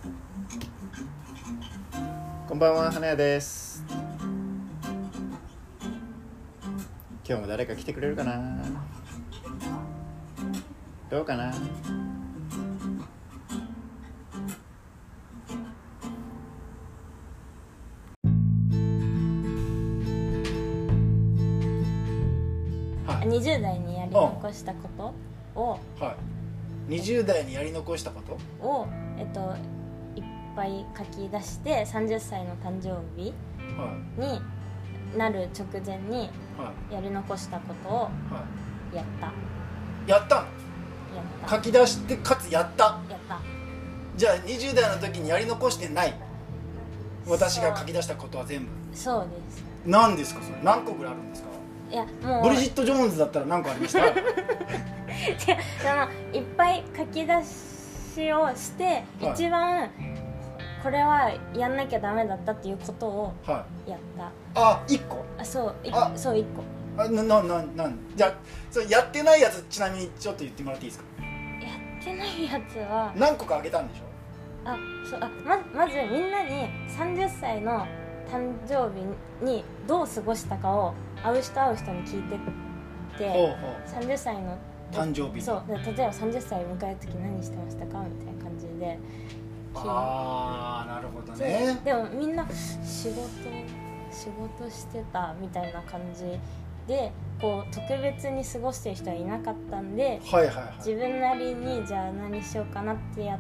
こんばんは、花屋です。今日も誰か来てくれるかな。どうかな。 20代にやり残したことを、 はい、20代にやり残したことを、いっぱい書き出して30歳の誕生日になる直前にやり残したことをやった、 やったの？書き出してかつやった。じゃあ20代の時にやり残してない。私が書き出したことは全部。 そうです。 何ですかそれ？何個ぐらいあるんですか？ いやもうブリジット・ジョーンズだったら何個ありました？ いっぱい書き出しをして、一番これはやんなきゃダメだったっていうことをやった、 あ、1個？ そう1個。 じゃあそれやってないやつちなみにちょっと言ってもらっていいですか？ やってないやつは何個かあげたんでしょ？ まずみんなに30歳の誕生日にどう過ごしたかを会う人に聞いてて、30歳の誕生日、 そう例えば30歳を迎える時何してましたかみたいな感じで。 ああ、なるほどね。 でもみんな仕事してたみたいな感じで、こう特別に過ごしてる人はいなかったんで、自分なりにじゃあ何しようかなってやって、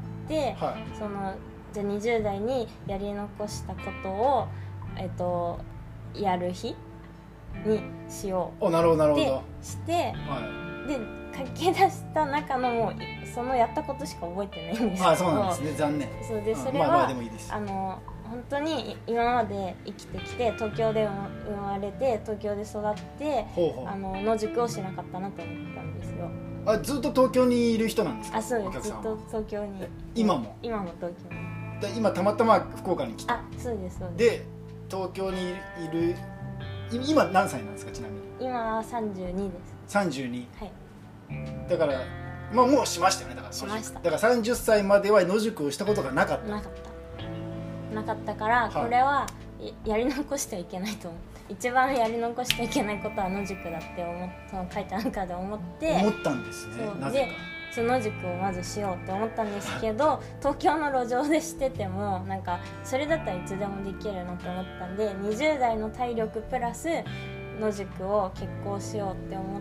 そのじゃあ20代にやり残したことをやる日にしようってして、で書き出した中のもうそのやったことしか覚えてないんですけど。 そうなんですね、残念。 そうで、それは本当に今まで生きてきて東京で生まれて東京で育って野宿をしなかったなと思ったんですよ。 ずっと東京にいる人なんですか？ そうです、ずっと東京に。 今も東京に。 今たまたま福岡に来た。 そうです。 で東京にいる今何歳なんですか？ちなみに今は32です。 32。 はい。 だからもうしましたよね。だから30歳までは野宿をしたことがなかったから、これはやり残してはいけないと思って、一番やり残してはいけないことは野宿だってその書いた中で思ったんですね。なぜかその野宿をまずしようって思ったんですけど、東京の路上でしててもなんかそれだったらいつでもできるなと思ったんで、20代の体力プラス野宿を決行しようって思って、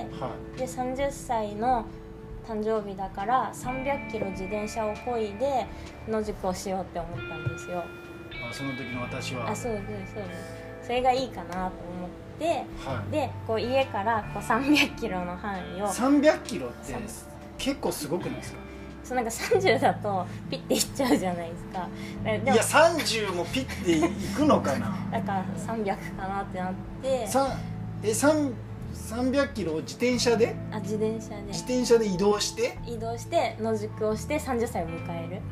で30歳の誕生日だから300キロ自転車を漕いで野宿をしようって思ったんですよ。 その時の私はそうです。それがいいかなと思って、でこう家からこう300キロの範囲を。300 キロって結構すごくないですか？ なんか30だとピッていっちゃうじゃないですか。 いや30もピッていくのかな。 だから300かなってなって、 300キロを自転車で移動して野宿をして30歳を迎える。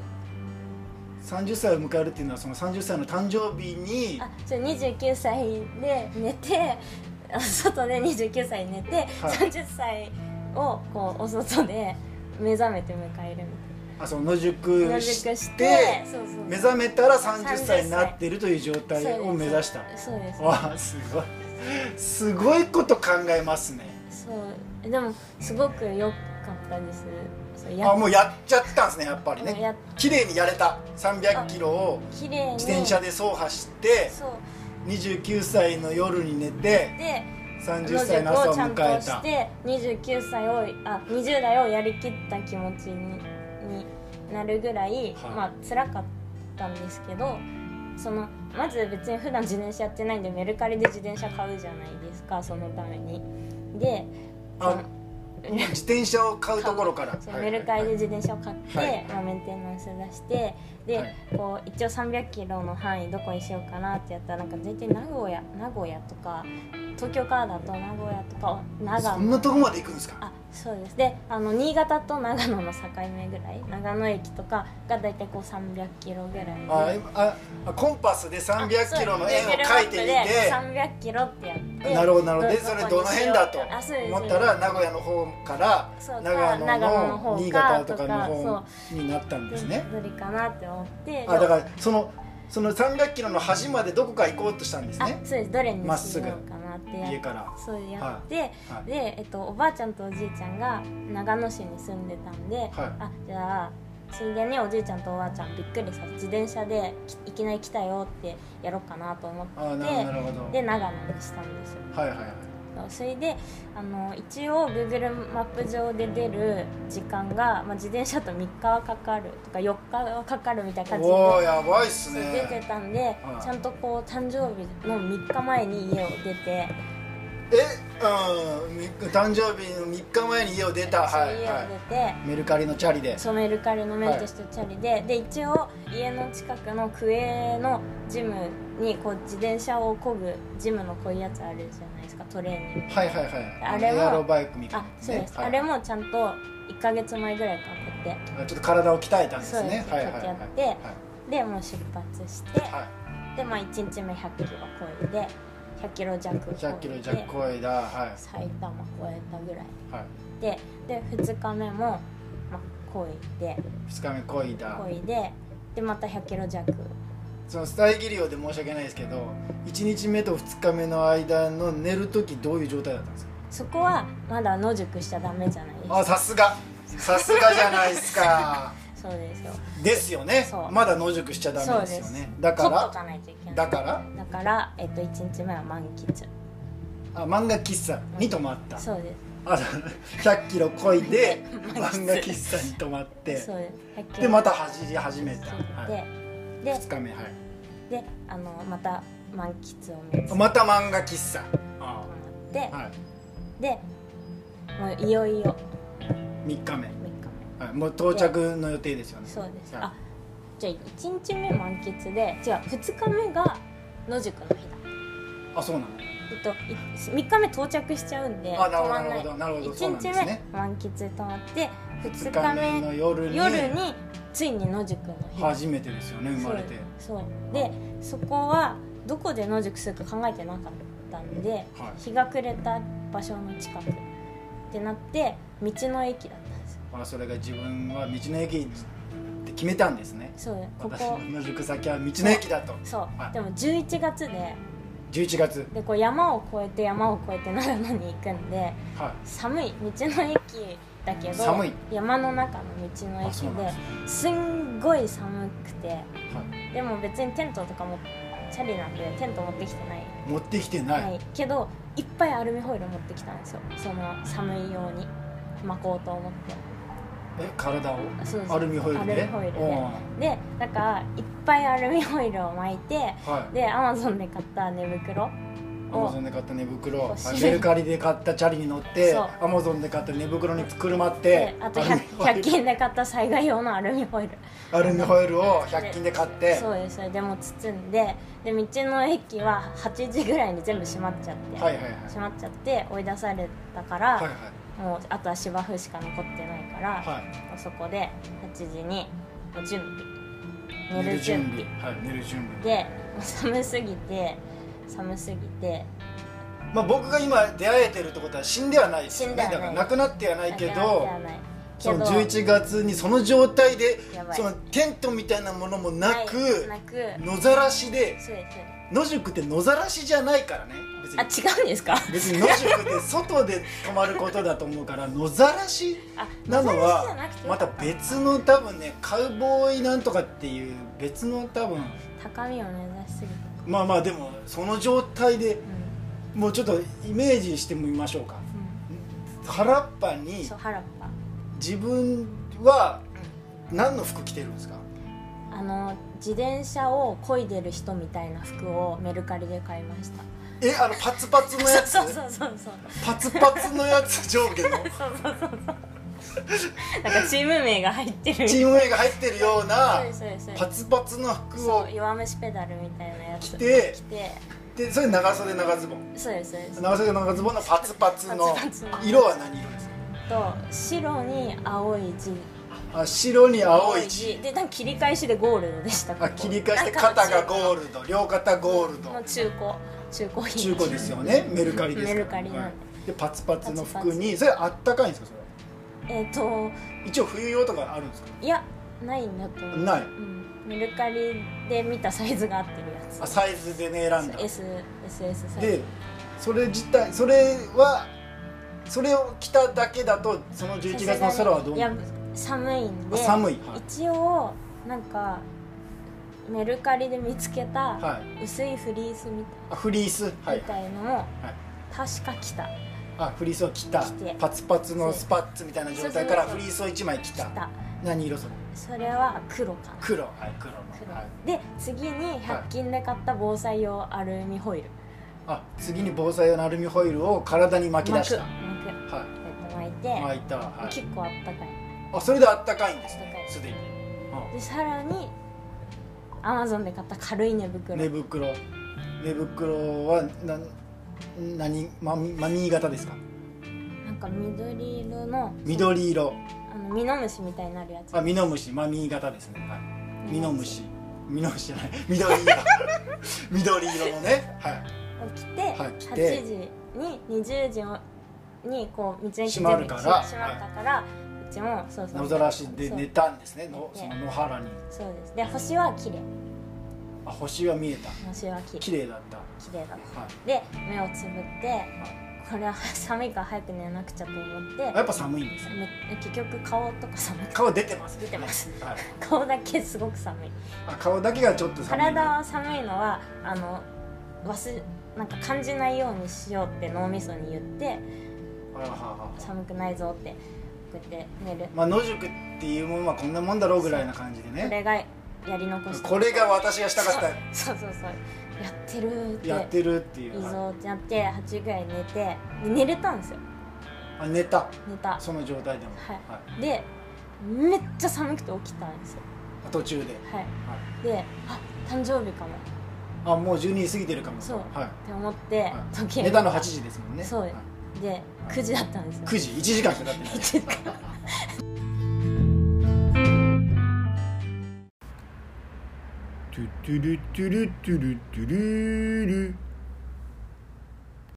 30歳を迎えるっていうのはその30歳の誕生日に 29歳で寝て、外で29歳寝て、30歳をこうお外で目覚めて迎えるみたいな。 その野宿して目覚めたら30歳になってるという状態を目指した。 そうです。 わあ、すごいこと考えますね。 そうでもすごく良かったです。 もうやっちゃったんですね。やっぱりね、綺麗にやれた。300キロを自転車で走破して29歳の夜に寝て30歳の朝を迎えた。野宿をちゃんとして20代をやりきった気持ちになるぐらい、辛かったんですけど、まず別に普段自転車やってないんでメルカリで自転車買うじゃないですか、そのために。で自転車を買うところからメルカリで自転車を買って、メンテナンス出してで、こう一応300キロの範囲どこにしようかなってやったら、なんか全然名古屋とか東京からだと名古屋とか長野、 そんなとこまで行くんですか？ そうです。で新潟と長野の境目ぐらい、長野駅とかがだいたいこう300キロぐらいで、 コンパスで300キロの円を描いてみて 300キロってやって、 なるほどなるほど。でそれどの辺だと思ったら名古屋の方から長野の新潟とかの方になったんですね。 どれかなって思って、 だからその300キロの端までどこか行こうとしたんですね。 そうです。どれにしようかなって家からそうやって、で、おばあちゃんとおじいちゃんが長野市に住んでたんで、じゃあついでにおじいちゃんとおばあちゃんびっくりさせ自転車でいきなり来たよってやろうかなと思ってで長野にしたんですよ。それで一応 Google マップ上で出る時間が、自転車と3日はかかるとか4日はかかるみたいな感じでやばいっすね出てたんで、ちゃんとこう誕生日の3日前に家を出て誕生日の3日前に家を出た。 家を出てメルカリのチャリで、 そうメルカリの免許したチャリで、で一応家の近くの区営のジムにこう自転車を漕ぐジムのこういうやつあるじゃないですか、トレーニング。あれもエアロバイクみたいな、 そうです。あれもちゃんと1ヶ月前ぐらいかけてちょっと体を鍛えたんですね。 そうやってでもう出発して、で1日目100キロ超えて100キロ弱超えた、 埼玉超えたぐらい、で2日目も超えて 2日目超えてでまた100キロ弱。 その伝え切るようで申し訳ないですけど、1日目と2日目の間の寝る時どういう状態だったんですか？ そこはまだ野宿しちゃダメじゃないですか。 さすがじゃないですかそうですよ。 ですよね。まだ野宿しちゃダメですよね。だからだから 1日目は満喫。 漫画喫茶に泊まった。 そうです。 100キロこいで漫画喫茶に泊まって、 そうです。 でまた走り始めた。 で 2日目でまた満喫を目指してまた漫画喫茶でもういよいよ 3日目もう到着の予定ですよね。 そうです。じゃあ1日目満喫で2日目が野宿の日だ。 そうなの。 3日目到着しちゃうんで止まんない。1 日目満喫で泊まって2日目の夜についに野宿の日。 初めてですよね、生まれて。 そうでそこはどこで野宿するか考えてなかったんで、日が暮れた場所の近くってなって道の駅だったんですよ。 それが自分は道の駅って決めたんですね。 そう私の野宿先は道の駅だと。 でも11月でこう山を越えて長野に行くんで、寒い道の駅だけど山の中の道の駅ですんごい寒くて、でも別にテントとかもチャリなんでテント持ってきてないけどいっぱいアルミホイル持ってきたんですよ。その寒いように巻こうと思って。 体をアルミホイルででだからいっぱいアルミホイルを巻いて、でアマゾンで買った寝袋メルカリで買ったチャリに乗ってアマゾンで買った寝袋にくるまって、 あと100均で買った災害用のアルミホイルを100均で買って、 そうです。それでも包んで道の駅は8時ぐらいに全部閉まっちゃって追い出されたから、もうあとは芝生しか残ってないから、そこで8時に寝る準備で寒すぎて僕が今出会えてるってことは死んではないですよね。だから亡くなってはないけど、その11月にその状態でそのテントみたいなものもなく野ざらしで、野宿って野ざらしじゃないからね。 違うんですか？ 別に野宿って外で泊まることだと思うから野ざらしなのはまた別の多分ね、カウボーイなんとかっていう別の多分高みを目指しすぎて、 でもその状態で、もうちょっとイメージしてみましょうか。原っぱに自分は何の服着てるんですか？ 自転車を漕いでる人みたいな服をメルカリで買いました。 パツパツのやつそうパツパツのやつ上下のなんかチーム名が入ってるようなパツパツの服を弱虫ペダルみたいなやつ着て、でそれ長袖長ズボン。 そうです。 長袖長ズボンのパツパツの色は何色ですか？ 白に青い字、 白に青い字で、切り返しでゴールドでした。 切り返して肩がゴールド、両肩ゴールドの中古ですよね。メルカリですから。 メルカリなんでパツパツの服に、それあったかいんですか？それ一応冬用とかあるんですか？ いや、ないんだと思う。 ない、 メルカリで見たサイズが合ってるやつ。 サイズでね、選んだ SS サイズで、それを着ただけだと、その11月の空はどうなんですか？ 寒いんで、 寒い、 一応なんかメルカリで見つけた薄いフリースみたいなのを確か着た。 フリースを着た。パツパツのスパッツみたいな状態からフリースを1枚着た。何色？ それは黒かな。 黒の。 で、次に100均で買った防災用アルミホイル。 次に防災用のアルミホイルを体に巻き出した。 巻いた。結構あったかい。 それであったかいんですね、すでに。 で、さらにアマゾンで買った軽い寝袋はマミー型ですか？ なんか緑色のミノムシみたいになるやつ。 ミノムシ、マミー型ですね。ミノムシじゃない、緑色のね。 を着て、8時に20時にこう道の駅閉まったから、うちも野ざらしで寝たんですね、その野原に。 そうです。で、星は綺麗。 星は見えた。 星は綺麗だった。 で、目をつぶって、これは寒いから早く寝なくちゃと思って。 やっぱ寒いんですね。結局顔とか寒い。 顔出てます。 顔だけすごく寒い。 顔だけがちょっと寒い。 体は寒いのはなんか感じないようにしようって脳みそに言って、寒くないぞってこうやって寝る。 野宿っていうものはこんなもんだろうぐらいな感じでね。 これがやり残した。 これが私がしたかった。 そうやってるっていう。いいぞってなって8時ぐらい寝て、寝れたんですよ。 寝た。その状態でも。 で、めっちゃ寒くて起きたんですよ。 途中で。 で、誕生日かも。 もう12時過ぎてるかも。 そうって思って時計。寝たの8時ですもんね。 そうで、9時だったんですよ。 9時、1時間しか経ってない。トゥトゥルトゥルトゥルトゥルル